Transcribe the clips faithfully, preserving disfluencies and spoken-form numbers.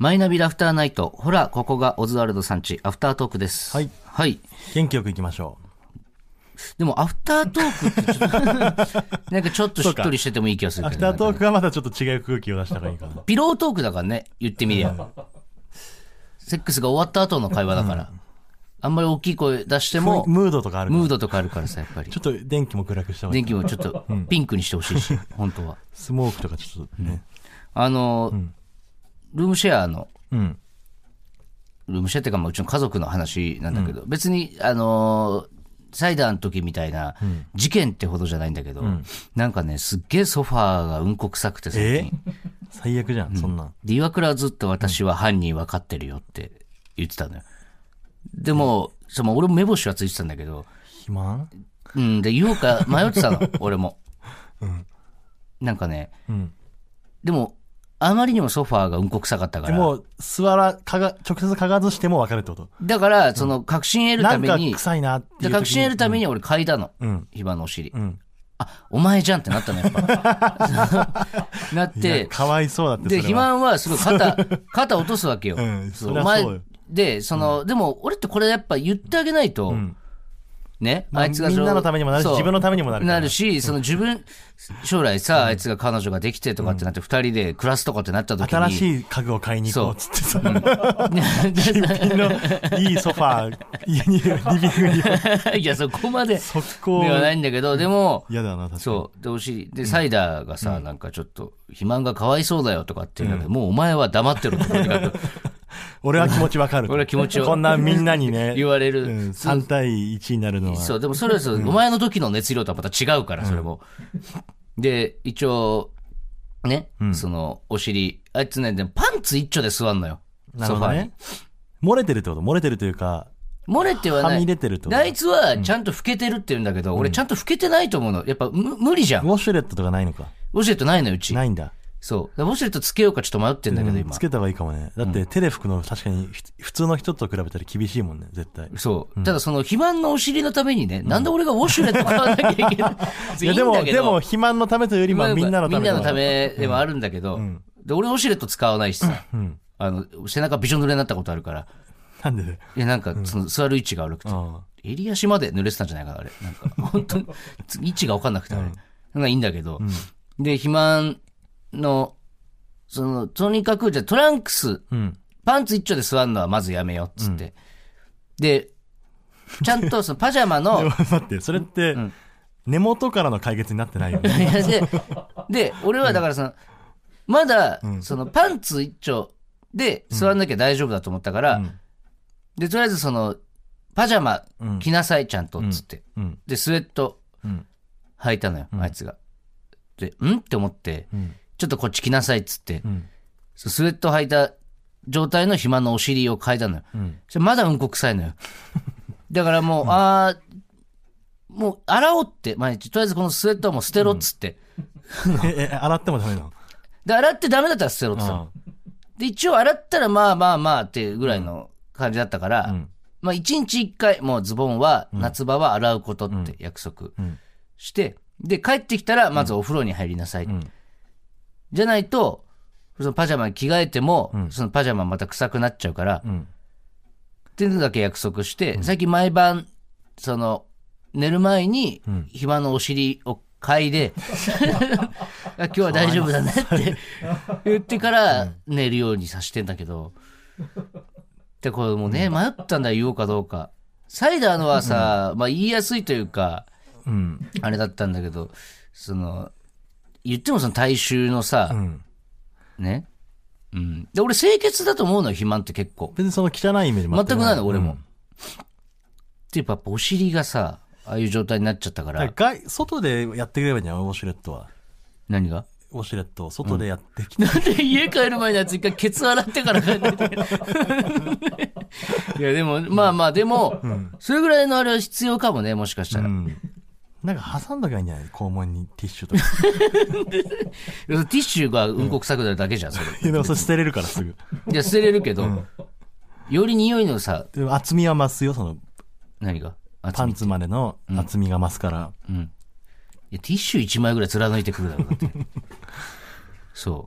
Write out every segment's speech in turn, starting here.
マイナビラフターナイト。ほら、ここがオズワルドさんち、アフタートークです。 はい。 はい。 元気よく行きましょう。でも、アフタートークってちょっと、なんかちょっとしっとりしててもいい気がするけど、ね。 アフタートークはまたちょっと違う空気を出した方がいいかな。 ピロートークだからね、言ってみりゃ。セックスが終わった後の会話だから。うん、あんまり大きい声出しても、 ムードとかあるから。 ムードとかあるからさ、やっぱり。 ちょっと電気も暗くした方がいい。 電気もちょっとピンクにしてほしいし、うん、本当は。 スモークとかちょっとね。 うん、あの、うん、ルームシェアの、うん、ルームシェアっていうか、まあ、うちの家族の話なんだけど、うん、別に、あのー、サイダーの時みたいな事件ってほどじゃないんだけど、うん、なんかね、すっげえソファーがうんこ臭くて最近。 えー、最悪じゃん、うん、そんな。 で、岩倉はずっと私は犯人分かってるよって言ってたのよ。でも、うん、その俺も目星はついてたんだけど、 肥満？ うん、で、言おうか迷ってたの、俺も。うん、なんかね、うん、でも、あまりにもソファーがうんこ臭かったから。 でも、座ら、かが、直接嗅がずしても分かるってこと？ だから、その、確信得るために。 なんか臭いなっていう。 確信得るために俺嗅いだの。うん。ヒバのお尻。うん。あ、お前じゃんってなったの、やっぱ。なって。 かわいそうだって。 で、肥満はすごい肩、肩落とすわけよ。うん。 それはそうよ。 お前、で、その、うん、でも、俺ってこれやっぱ言ってあげないと、うん、ね、 あいつがみんなのためにもなるし、自分のためにもなるから。 なるし、その自分、将来さ、うん、あいつが彼女ができてとかってなって、二、うん、人で暮らすとかってなった時に。 新しい家具を買いに行こうっつってさ。うん、新品のいいソファー、家に、リビングに。 いや、そこまで。ではないんだけど、でも、 嫌だな、確かに。 そう。で、おしで、サイダーがさ、うん、なんかちょっと、肥満がかわいそうだよとかって言うんだけど、うん、もうお前は黙ってろとか。 俺は気持ちわかる。 俺は気持ちを。 こんなみんなにね。 言われる、 うん。さん対いちになるのは。 そう、でもそれはそう、うん、お前の時の熱量とはまた違うから、それも。うん、で、一応、ね、うん、その、お尻、あいつね、でもパンツ一丁で座んのよ。 なるほどね。漏れてるってこと？漏れてるというか。 漏れてはない。 はみ出てるってこと？ あいつはちゃんと老けてるって言うんだけど、うん、俺ちゃんと老けてないと思うの。やっぱむ無理じゃん。 ウォシュレットとかないのか。 ウォシュレットないのよ、うち。 ないんだ。 そう。ウォシュレットつけようかちょっと迷ってんだけど、今。 うん、つけた方がいいかもね。だって手で拭くの確かに普通の人と比べたら厳しいもんね、絶対。 そう。うん、ただその肥満のお尻のためにね、うん、なんで俺がウォシュレット買わなきゃいけない。いやでも、でも肥満のためというよりもみんなのため。 みんなのためでもあるんだけど、うん、で俺ウォシュレット使わないしさ、うん、あの、背中びしょ濡れになったことあるから。 なんで？ いや、なんか、その座る位置が悪くて、うん、襟足まで濡れてたんじゃないかな、あれ。なんか、本当に、位置が分かんなくて、あれ。なんかいいんだけど、うん、で、肥満の、その、とにかく、じゃトランクス、うん、パンツ一丁で座るのはまずやめよう、つって。うん、で、ちゃんとそのパジャマの。 でも待って、それって、うん、根元からの解決になってないよね。 で、で、俺はだからその、うん、まだ、そのパンツ一丁で座んなきゃ大丈夫だと思ったから、うん、で、とりあえずその、パジャマ着なさい、ちゃんと、つって。うん、で、スウェット履いたのよ、うん、あいつが。で、んって思って、うんちょっとこっち来なさいっつって、うん、スウェット履いた状態の肥満のお尻を嗅いだのよ。うん、まだうんこ臭いのよ。だからもう、うん、あー、もう洗おうって、毎日、とりあえずこのスウェットはもう捨てろっつって。 うん、え、え、洗ってもダメなの？ で、洗ってダメだったら捨てろって言ったの。で、一応洗ったらまあまあまあってぐらいの感じだったから、うん、まあ一日一回、もうズボンは、夏場は洗うことって約束して、で、帰ってきたらまずお風呂に入りなさい。うんうんじゃないと、そのパジャマに着替えても、うん、そのパジャマまた臭くなっちゃうから、うん、っていうのだけ約束して、うん、最近毎晩、その、寝る前に、肥満のお尻を嗅いで、今日は大丈夫だねって言ってから寝るようにさしてんだけど、で、これもうね、迷ったんだよ、言おうかどうか。サイダーのはさ、うん、まあ言いやすいというか、うん、あれだったんだけど、その、言ってもその体臭のさ、うん、ね。うん。で、俺清潔だと思うのよ、肥満って結構。 別にその汚いイメージ全くないの、俺も。うん、で、やっぱお尻がさ、ああいう状態になっちゃったから。 だから外でやってくればいいんじゃん、ウォシュレットは。 何が？ ウォシュレットを外でやってきて、 うん。なんで家帰る前のやつ一回ケツ洗ってから帰ってきて。いや、でも、まあまあ、でも、うん、それぐらいのあれは必要かもね、もしかしたら。うんなんか挟んどきゃいいんじゃない肛門にティッシュとか。 ティッシュがうんこ臭くなるだけじゃん、それ。いや、でもそれ捨てれるからすぐ。 いや、捨てれるけど、うん、より匂いのさ。 でも厚みは増すよ、その。 何がパンツまでの厚みが増すから。 うん。うん、いや、ティッシュいちまいぐらい貫いてくるだろうって。そ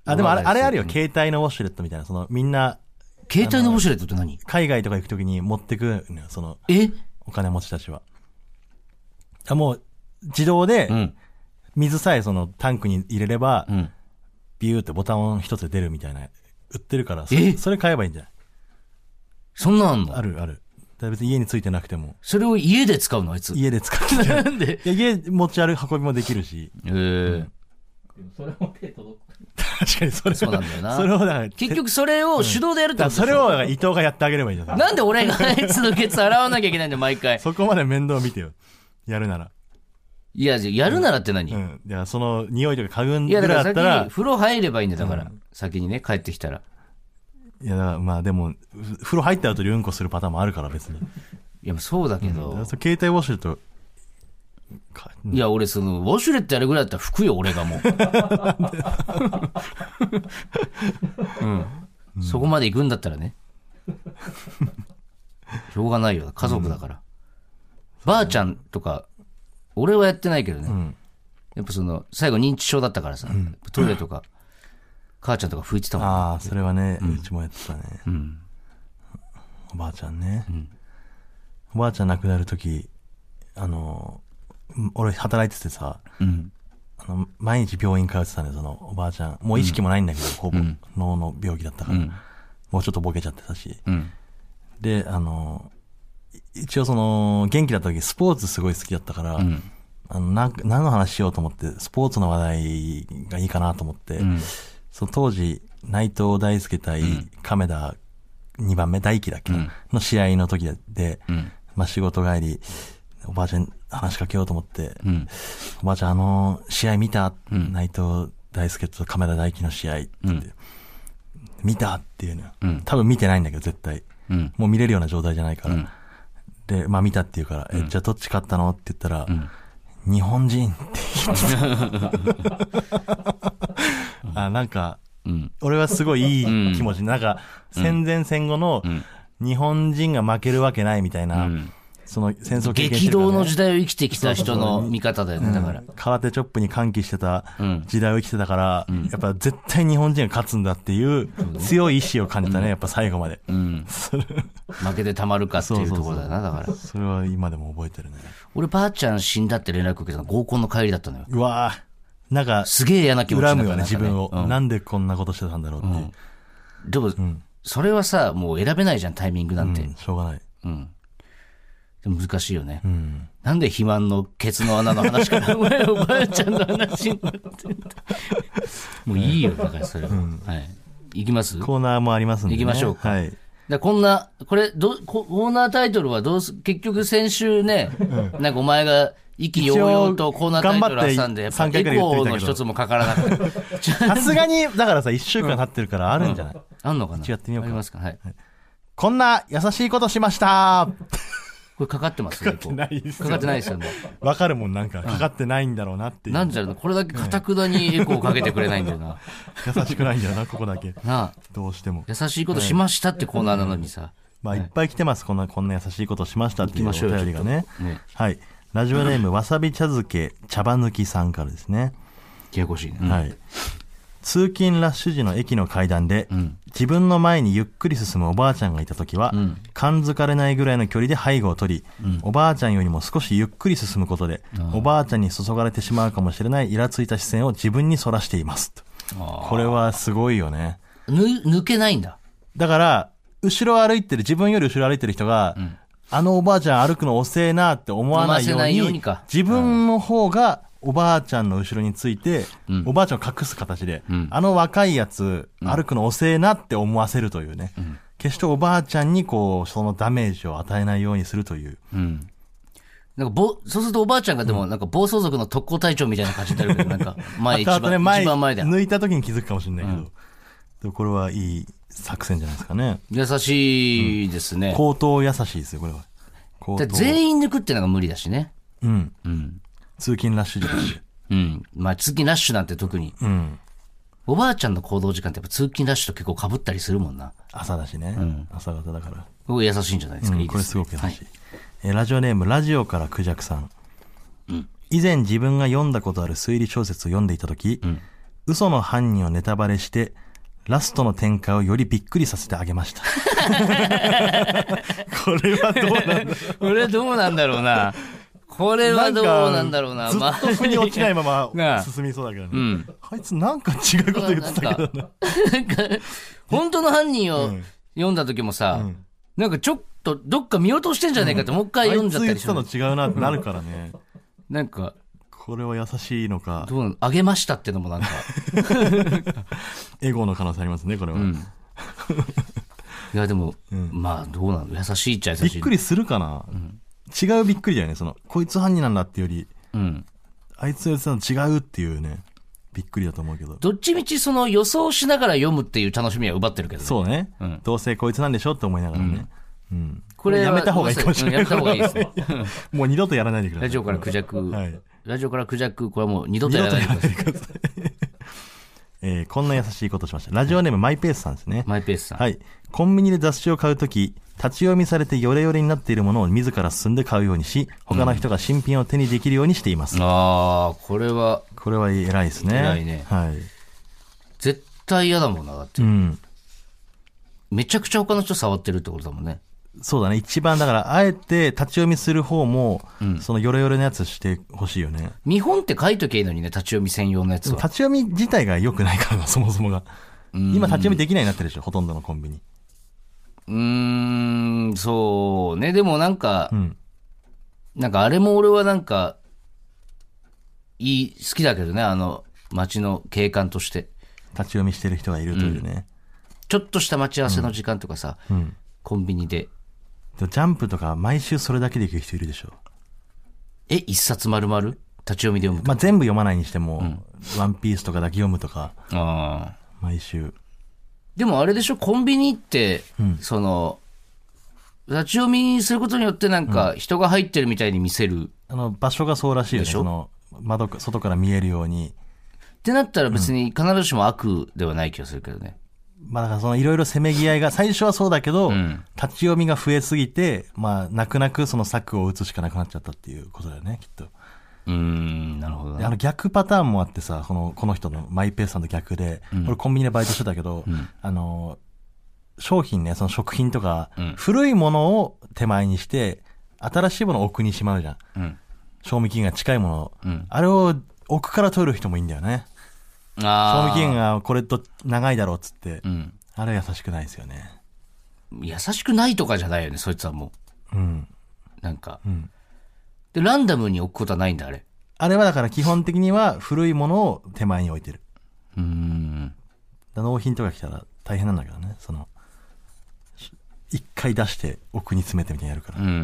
あ、でもあれ、あれあるよ。携帯のウォシュレットみたいな、その、みんな。 携帯のウォシュレットって何？ 海外とか行くときに持ってくのよ、その。 え？ お金持ちたちは。あ、もう、自動で、水さえそのタンクに入れれば、うん、ビューってボタン一つで出るみたいな、売ってるから、それ、それ買えばいいんじゃない？ そんなんあんの？ あるある。別に家についてなくても。 それを家で使うのあいつ。 家で使ってなんで？いや、家持ち歩く運びもできるし。 へえー。 うんそれも手届く。 確かにそれそうなんだよな。 それをだから結局それを手動でやるってことでしょ、 うん、それを伊藤がやってあげればいいじゃん。 なんで俺があいつのケツ洗わなきゃいけないんだよ、毎回。 そこまで面倒見てよ。やるなら。 いや、やるならって何？ うん。うん、いや、その匂いとか嗅ぐんぐらいだったら。いや、だから先にに風呂入ればいいんだよ、だから。うん、先にね、帰ってきたら。 いや、だからまあでも、風呂入った後にうんこするパターンもあるから別に。 いや、そうだけど。 うん、携帯ウォシュレット、 いや、俺、その、ウォシュレットやるぐらいだったら拭くよ、俺がもう。うんうん、そこまで行くんだったらね。しょうがないよ、家族だから。うん、ばあちゃんとか、俺はやってないけどね。うん、やっぱその、最後認知症だったからさ、うん、トイレとか、母ちゃんとか拭いてたもん。 ああ、それはね、うん、うちもやってたね。うん、おばあちゃんね。うん、おばあちゃん亡くなるとき、あの、俺働いててさ、うん、あの毎日病院通ってたんだよ、そのおばあちゃん。もう意識もないんだけど、うん、ほぼ脳の病気だったから、うん、もうちょっとボケちゃってたし。うん、で、あの、一応その、元気だった時スポーツすごい好きだったから、うん、あのな何の話しようと思って、スポーツの話題がいいかなと思って、うん、その当時、内藤大輔対亀田にばんめ、大輝だっけ、うん、の試合の時で、うん、まあ仕事帰り、おばあちゃん話しかけようと思って、うん、おばあちゃんあの試合見た、うん、内藤大輔と亀田大輝の試合って言って、うん、見たっていうのよ、うん、多分見てないんだけど絶対、うん、もう見れるような状態じゃないから、うん、でまあ見たって言うから、うん、えじゃあどっち勝ったのって言ったら、うん、日本人って言ってあなんか、うん、俺はすごいいい気持ち、うん、なんか戦前戦後の日本人が負けるわけないみたいな、うんその戦争経験してるから、ね、 激動の時代を生きてきた人の見方だよね、だから、うん。 空手チョップに歓喜してた時代を生きてたから、うん、やっぱ絶対日本人が勝つんだっていう強い意志を感じたね、やっぱ最後まで。うん、 負けてたまるかっていうところだよな、だから。 それは今でも覚えてるね。 俺、ばあちゃん死んだって連絡受けたの合コンの帰りだったのよ。 うわぁ。なんか、 すげえ嫌な気持ちになった、ね。 恨むよね、自分を、うん。なんでこんなことしてたんだろうって。うん、 でも、うん、それはさ、もう選べないじゃん、タイミングなんて。うん、 しょうがない。うん難しいよね、うん、なんで肥満のケツの穴の話からお前おばあちゃんの話になってんだもういいよだからそれは、うんはい、行きますコーナーもありますんで、ね、 行きましょうか、 はい、 だこんなこれどコーナータイトルはどうす結局先週ね、うん、なんかお前が意気揚々とコーナータイトル挟んでやっぱエコーの一つもかからなかったさすがにだからさいっしゅうかん経ってるからあるんじゃない、うんうん、 あんのかな違ってみようかありますか、はいはい、こんな優しいことしましたこれかかってますかかってないですよ、 ね、かかってないですよね。 わかるもんなんかかかってないんだろうなっていう。 なんじゃろうこれだけかたくなにエコーかけてくれないんだよな。 優しくないんだよなここだけ。 なあどうしても優しいことしましたってコーナーなのにさ。 はい、まあいっぱい来てますこんなこんな優しいことしましたっていうお便りがね。ねはい。ラジオネームわさび茶漬け茶葉抜きさんからですね。 ややこしいね。 はい。通勤ラッシュ時の駅の階段で、うん、自分の前にゆっくり進むおばあちゃんがいたときは、うん、感づかれないぐらいの距離で背後を取り、うん、おばあちゃんよりも少しゆっくり進むことで、うん、おばあちゃんに注がれてしまうかもしれないイラついた視線を自分にそらしています。これはすごいよね。 ぬ抜けないんだ。 だから、後ろ歩いてる、自分より後ろ歩いてる人が、うん、あのおばあちゃん歩くの遅えなって思わないように、ように自分の方が、おばあちゃんの後ろについて、うん、おばあちゃんを隠す形で、うん、あの若いやつ、うん、歩くの遅えなって思わせるというね、うん、決しておばあちゃんにこう、そのダメージを与えないようにするという。うん、 なんかぼ、そうするとおばあちゃんがでも、なんか暴走族の特攻隊長みたいな感じになるけど、なんか、前一番、ね、前一番前で。 抜いた時に気づくかもしれないけど、うん、でもこれはいい作戦じゃないですかね。 優しいですね。 口頭優しいですよ、これは。 全員抜くってのが無理だしね。 うん。うん。通勤ラッシュ時だし。 うん。まあ通勤ラッシュなんて特に。うん。おばあちゃんの行動時間ってやっぱ通勤ラッシュと結構被ったりするもんな。 朝だしね。うん。朝方だから。 これ優しいんじゃないですか。うん、いいですね。 これすごく優しい。はい、えラジオネームラジオからクジャクさん。うん。以前自分が読んだことある推理小説を読んでいたとき、うん、 嘘の犯人をネタバレして、ラストの展開をよりびっくりさせてあげました。これはどうなんだこれどうなんだろうな。これはどうなんだろうな。 ずっと腑に落ちないまま進みそうだけどね。 うん、 あいつなんか違うこと言ってたけどな。 なんか、本当の犯人を読んだ時もさ、うん、なんかちょっとどっか見落としてんじゃねえかって、うん、もう一回読んじゃったりする。 あいつ言ってたの違うなってなるからね。 なんか、 これは優しいのか。 どうあげましたってのもなんか。 エゴの可能性ありますね、これは。うん、 いや、でも、うん、まあ、どうなの優しいっちゃ優しい。 びっくりするかな、うん、違うびっくりだよね。その、こいつ犯人なんだってより、うん、あいつ言ってたの違うっていうね、びっくりだと思うけど。 どっちみちその予想しながら読むっていう楽しみは奪ってるけどね。 そうね。うん、どうせこいつなんでしょって思いながらね。うん。うん、これやめた方がいいかもしれない。 やめた方がいいですね。 もう二度とやらないでください。 ラジオからクジャク。はい。ラジオからクジャク、これはもう二度とやらないでください。 えー、こんな優しいことしました。ラジオネームマイペースさんですね。 マイペースさん。 はい。コンビニで雑誌を買うとき、立ち読みされてヨレヨレになっているものを自ら進んで買うようにし、他の人が新品を手にできるようにしています。 うん、ああ、これは。 これは偉いですね。 偉いね。 はい。 絶対嫌だもんな、だって。うん。めちゃくちゃ他の人触ってるってことだもんね。 そうだね。一番だから、あえて立ち読みする方も、うん、そのヨレヨレのやつしてほしいよね。 見本って書いとけばいいのにね、立ち読み専用のやつは。 立ち読み自体が良くないからな、そもそもが。今立ち読みできないようになってるでしょ、ほとんどのコンビニ。 うーん、そうね。でもなんか、うん、なんかあれも俺はなんか、いい、好きだけどね、あの、街の景観として。 立ち読みしてる人がいるというね。うん、 ちょっとした待ち合わせの時間とかさ、うん、コンビニで。 ジャンプとか毎週それだけで行く人いるでしょ。 え、一冊丸々立ち読みで読むとまあ、全部読まないにしても、うん、ワンピースとかだけ読むとか。ああ。毎週。 でもあれでしょ、コンビニって、うん、その、立ち読みすることによってなんか人が入ってるみたいに見せる。うん、 あの、場所がそうらしいよね。その、窓、外から見えるように。 ってなったら別に必ずしも悪ではない気がするけどね。 まあだからそのいろいろせめぎ合いが、最初はそうだけど、うん、立ち読みが増えすぎて、まあ泣く泣くその策を打つしかなくなっちゃったっていうことだよね、きっと。 うーん、なるほど、ね。 あの逆パターンもあってさ、この、この人のマイペースさんと逆で、うん、俺コンビニでバイトしてたけど、うん、あの、商品ね、その食品とか、うん、古いものを手前にして、新しいものを奥にしまうじゃん。うん、賞味期限が近いもの、うん、あれを奥から取る人もいいんだよね。賞味期限がこれと長いだろうっつって、うん、あれは優しくないですよね。 優しくないとかじゃないよね、そいつはもう。うん。なんか。うん。で、ランダムに置くことはないんだ、あれ。 あれはだから基本的には古いものを手前に置いてる。うーん。納品とか来たら大変なんだけどね、その、一回出して奥に詰めてみたいにやるから。うん。うん。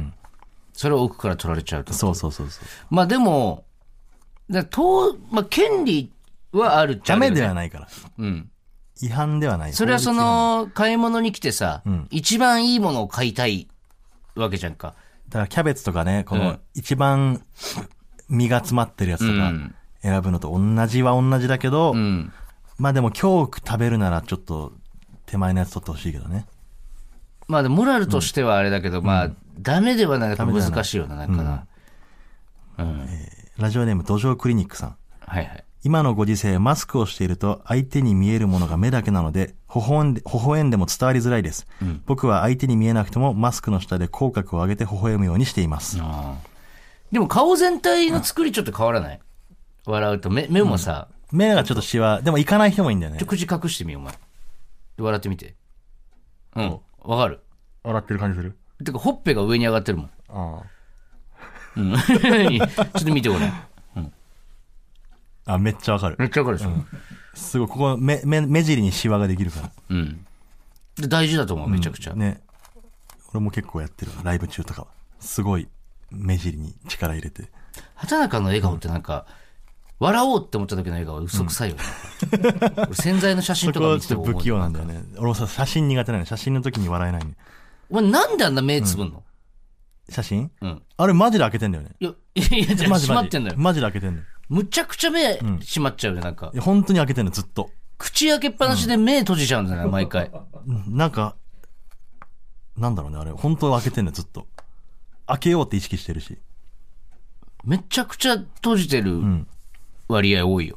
それを奥から取られちゃうと。 そうそうそうそう。 まあでも、だと、まあ権利、はあるっちゃダメではないから。うん。違反ではない。 それはその、買い物に来てさ、うん、一番いいものを買いたいわけじゃんか。 だからキャベツとかね、この一番実が詰まってるやつとか選ぶのと同じは同じだけど、うん、まあでも今日食べるならちょっと手前のやつ取ってほしいけどね。 まあでもモラルとしてはあれだけど、うん、まあダメではないから難しいよな、なんかな。 うんうんえー、ラジオネーム土壌クリニックさん。 はいはい。 今のご時世、マスクをしていると相手に見えるものが目だけなので、微笑んで、微笑んでも伝わりづらいです、うん。僕は相手に見えなくてもマスクの下で口角を上げて微笑むようにしています。あでも顔全体の作りちょっと変わらない、うん、笑うと目、目もさ、 うん、目がちょっとシワ、でもいかない人もいいんだよね。 ちょ、口隠してみよう、お前。笑ってみて。うん。わかる。 笑ってる感じする。 てか、ほっぺが上に上がってるもん。ああ。うん。ちょっと見てごらん。 あ、めっちゃわかる。 めっちゃわかるでしょ。うん、 すごい、ここ目、目、目尻にシワができるから。うん。 で、大事だと思う、めちゃくちゃ。 うん、ね。俺も結構やってるわ、ライブ中とかは。すごい、目尻に力入れて。 畑中の笑顔ってなんか、うん、笑おうって思った時の笑顔は嘘くさいよね。うん、俺潜在の写真とか見てても思う。 そこはちょっと不器用なんだよね。俺もさ、写真苦手なの。写真の時に笑えないね。 お前なんであんな目つぶんの、 うん、写真うん。あれマジで開けてんだよね。 いや、いや、じゃあ閉まってんだよ。 マジで開けてんだよ。 むちゃくちゃ目閉まっちゃうよ、なんか。 いや、本当に開けてんの、ずっと。 口開けっぱなしで目閉じちゃうんだよ、毎回。 なんか、なんだろうね、あれ。本当に開けてんの、ずっと。開けようって意識してるし。 めちゃくちゃ閉じてる割合多いよ。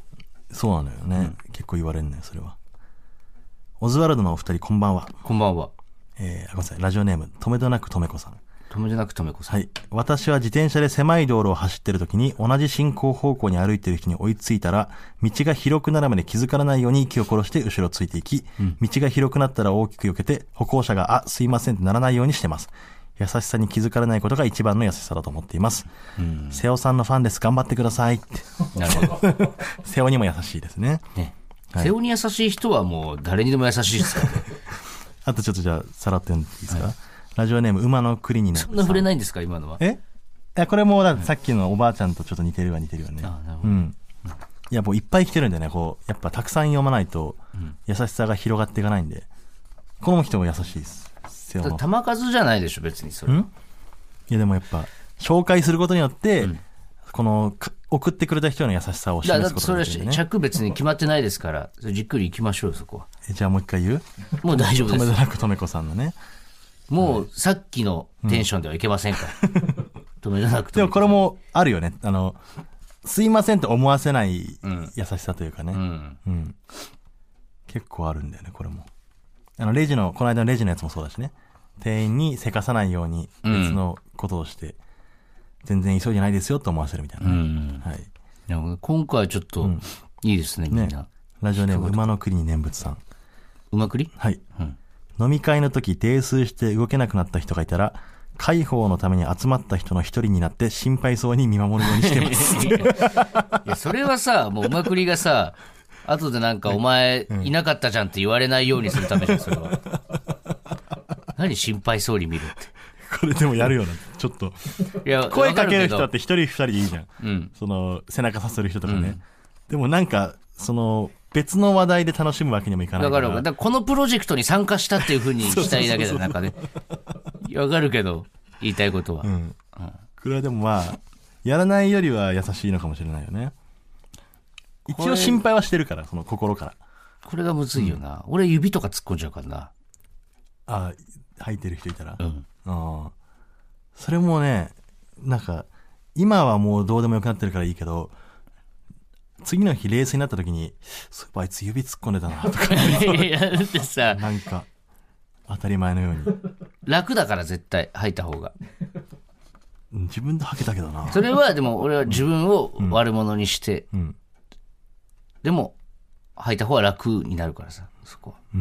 そうなのよね。うん、結構言われるのよ、それは。オズワルドのお二人、こんばんは。 こんばんは。 えー、ごめんなさい。ラジオネーム、とめどなくとめこさん。 とめどなくとめこさん。 はい。私は自転車で狭い道路を走ってる時に、同じ進行方向に歩いてる人に追いついたら、道が広くなるまで気づかないように息を殺して後ろついていき、うん、道が広くなったら大きく避けて、歩行者が、あ、すいませんってならないようにしてます。優しさに気づかれないことが一番の優しさだと思っています。うん、瀬尾さんのファンです。頑張ってくださいって。なるほど。瀬尾にも優しいですね。ね、 はい、瀬尾に優しい人はもう誰にでも優しいですからね。 あとちょっとじゃあ、さらってんでいいですか、はい、ラジオネーム、馬の栗にね。 そんな触れないんですか、今のは。 えいや、これもだってさっきのおばあちゃんとちょっと似てるは似てるよね。ああ、なるほど。うん。いや、もういっぱい来てるんでね、こう、やっぱたくさん読まないと、優しさが広がっていかないんで、この人も優しいです。瀬尾の。 玉数じゃないでしょ、別にそれ。んいやでもやっぱ紹介することによって、うん、この送ってくれた人の優しさを示すことができる、ね、 だそれは尺別に決まってないですからじっくり行きましょうそこは。 えじゃあもう一回言う？ もう大丈夫です。 とめどなくとめこさんのね。 もうさっきのテンションではいけませんから。とめどなくとめこさん。 でもこれもあるよね。あのすいませんと思わせない優しさというかね。うんうん、結構あるんだよねこれも。あのレジのこの間のレジのやつもそうだしね。店員にせかさないように別のことをして、うん、全然急いでないですよと思わせるみたいな、ねうんはい、 でも今回はちょっといいですね、うん、みんな、 ね、ラジオネーム馬の栗に念仏さん。 馬栗はい、うん、飲み会の時泥酔して動けなくなった人がいたら介抱のために集まった人の一人になって心配そうに見守るようにしてますいやそれはさもう馬栗がさ後でなんかお前いなかったじゃんって言われないようにするためじゃんそれは。何心配そうに見るって。 これでもやるよな。ちょっと。いや声かける人だって一人二人でいいじゃん。うん、その背中させる人とかね。うん、でもなんか、その別の話題で楽しむわけにもいかないから。 だから、だからこのプロジェクトに参加したっていう風にしたいだけだよ、なんかね。わかるけど、言いたいことは。うん。うん、 これはでもまあ、やらないよりは優しいのかもしれないよね。一応心配はしてるから、その心から。 これがむずいよな。うん、俺指とか突っ込んじゃうからな。 ああ、吐いてる人いたら、うん、あそれもねなんか今はもうどうでもよくなってるからいいけど次の日冷静になった時にそういえばあいつ指突っ込んでたなとかいやだってさなんか当たり前のように楽だから絶対吐いた方が自分で吐けたけどな。 それはでも俺は自分を悪者にして、うんうん、でも吐いた方が楽になるからさそこはうん、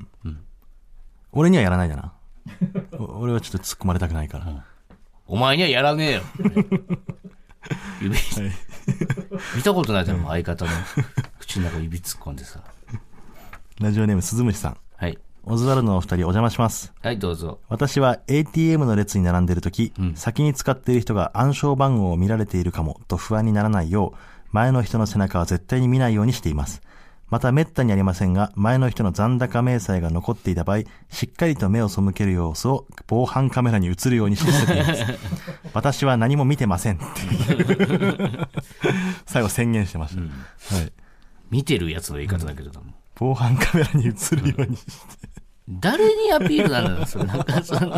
うん俺にはやらないだな。俺はちょっと突っ込まれたくないから。うん、 お前にはやらねえよ。指、はい、見たことないだろ、相方の口の中指突っ込んでさ。 ラジオネーム鈴虫さん。はい。オズワルドのお二人お邪魔します。 はい、どうぞ。 私は エーティーエム の列に並んでいるとき、うん、先に使っている人が暗証番号を見られているかもと不安にならないよう、前の人の背中は絶対に見ないようにしています。また滅多にありませんが、前の人の残高明細が残っていた場合、しっかりと目を背ける様子を防犯カメラに映るようにして捨てています。私は何も見てませんって最後宣言してました、うんはい。 見てるやつの言い方だけど、うん、 防犯カメラに映るようにして。 誰にアピールなのよ、それなんかその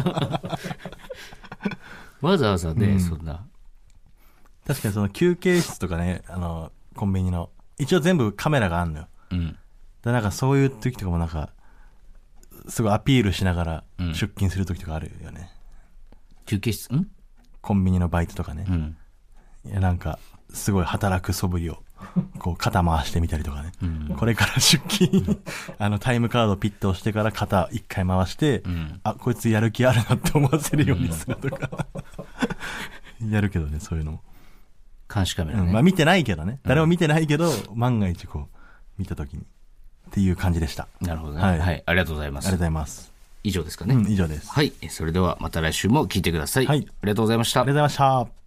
わざわざね、うん、そんな。 確かにその休憩室とかね、あのコンビニの一応全部カメラがあるのよ。うん、だなんかそういう時とかもなんかすごいアピールしながら出勤する時とかあるよね。 うん、休憩室んコンビニのバイトとかね。うん、いやなんかすごい働く素振りをこう肩回してみたりとかね。うん、これから出勤あのタイムカードピッと押してから肩一回回して、うん、あこいつやる気あるなって思わせるようにするとか、うん、やるけどねそういうのも。 監視カメラね、 うん、まあ見てないけどね誰も見てないけど、うん、万が一こう見たときにっていう感じでした。 なるほどね、はいはい、ありがとうございます。 ありがとうございます。 以上ですかね、 うん、以上です。 はい、それではまた来週も聞いてください。はい、ありがとうございました。 ありがとうございました。